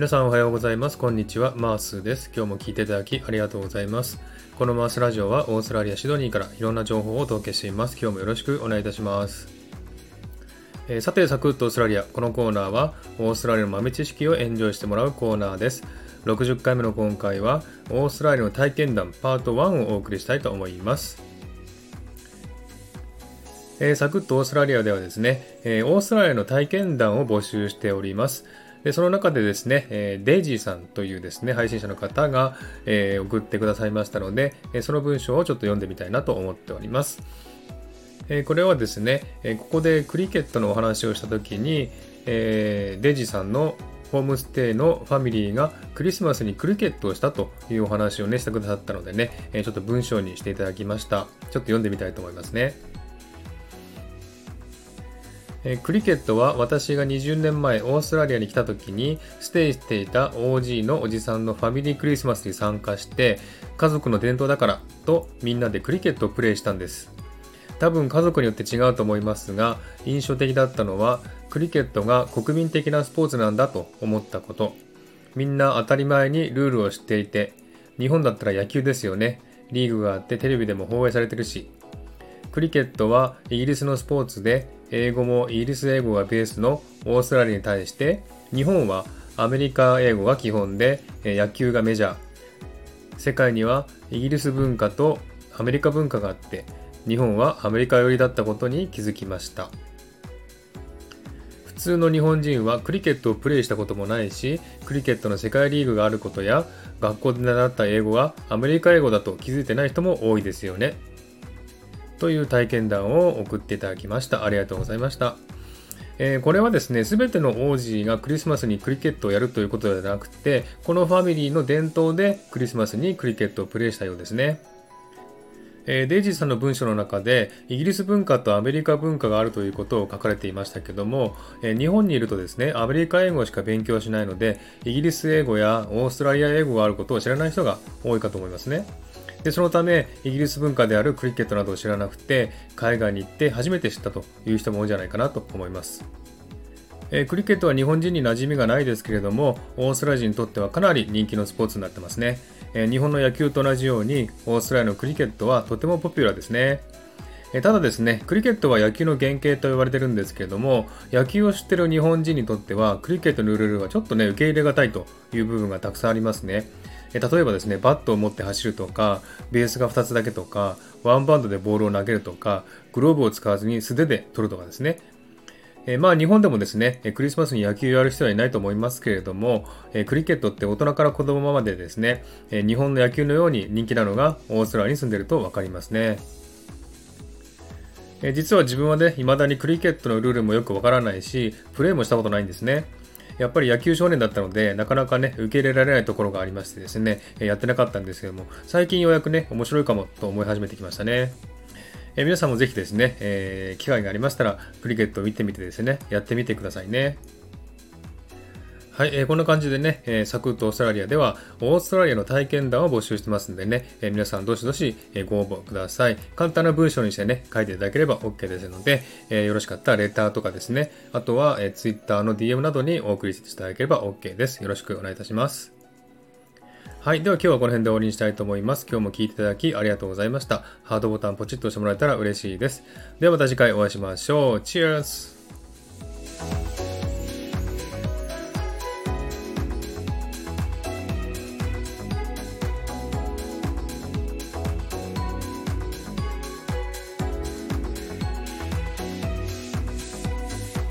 皆さんおはようございます。こんにちは。マースです。今日も聞いていただきありがとうございます。このマースラジオはオーストラリア・シドニーからいろんな情報をお届けしています。今日もよろしくお願いいたします。さて、サクッとオーストラリア。このコーナーはオーストラリアの豆知識をエンジョイしてもらうコーナーです。60回目の今回はオーストラリアの体験談パート1をお送りしたいと思います。サクッとオーストラリアではですね、オーストラリアの体験談を募集しております。でその中でですね、デイジーさんというですね、配信者の方が、送ってくださいましたので、その文章をちょっと読んでみたいなと思っております。これはですね、ここでクリケットのお話をしたときに、デイジーさんのホームステイのファミリーがクリスマスにクリケットをしたというお話をね、してくださったのでね、ちょっと文章にしていただきました。ちょっと読んでみたいと思いますね。クリケットは私が20年前オーストラリアに来た時にステイしていた OG のおじさんのファミリークリスマスに参加して家族の伝統だからとみんなでクリケットをプレイしたんです。多分家族によって違うと思いますが印象的だったのはクリケットが国民的なスポーツなんだと思ったこと。みんな当たり前にルールを知っていて日本だったら野球ですよね。リーグがあってテレビでも放映されてるしクリケットはイギリスのスポーツで英語もイギリス英語がベースのオーストラリアに対して日本はアメリカ英語が基本で野球がメジャー。世界にはイギリス文化とアメリカ文化があって日本はアメリカ寄りだったことに気づきました。普通の日本人はクリケットをプレイしたこともないしクリケットの世界リーグがあることや学校で習った英語がアメリカ英語だと気づいてない人も多いですよね。という体験談を送っていただきました。ありがとうございました。これはですね、すべての王子がクリスマスにクリケットをやるということではなくて、このファミリーの伝統でクリスマスにクリケットをプレイしたようですね。デイジーさんの文章の中でイギリス文化とアメリカ文化があるということを書かれていましたけども、日本にいるとですね、アメリカ英語しか勉強しないので、イギリス英語やオーストラリア英語があることを知らない人が多いかと思いますね。でそのためイギリス文化であるクリケットなどを知らなくて海外に行って初めて知ったという人も多いんじゃないかなと思います。クリケットは日本人に馴染みがないですけれどもオーストラリア人にとってはかなり人気のスポーツになってますね。日本の野球と同じようにオーストラリアのクリケットはとてもポピュラーですね。ただですね、クリケットは野球の原型と言われてるんですけれども野球を知っている日本人にとってはクリケットのルールはちょっとね受け入れがたいという部分がたくさんありますね。例えばですね、バットを持って走るとか、ベースが2つだけとか、ワンバウンドでボールを投げるとか、グローブを使わずに素手で取るとかですね。日本でもですね、クリスマスに野球をやる人はいないと思いますけれども、クリケットって大人から子供までですね、日本の野球のように人気なのがオーストラリアに住んでいると分かりますね。実は自分はね、未だにクリケットのルールもよくわからないし、プレーもしたことないんですね。やっぱり野球少年だったので、なかなかね、受け入れられないところがありましてですね、やってなかったんですけども、最近ようやくね、面白いかもと思い始めてきましたね。皆さんもぜひですね、機会がありましたら、クリケットを見てみてですね、やってみてくださいね。はい、こんな感じでね、サクッとオーストラリアではオーストラリアの体験談を募集してますんでね、皆さんどしどし、ご応募ください。簡単な文章にしてね、書いていただければ OK ですので、よろしかったらレターとかですね、あとは、Twitter の DM などにお送りしていただければ OK です。よろしくお願いいたします。はい。では今日はこの辺で終わりにしたいと思います。今日も聞いていただきありがとうございました。ハートボタンポチッと押してもらえたら嬉しいです。ではまた次回お会いしましょう。Cheers!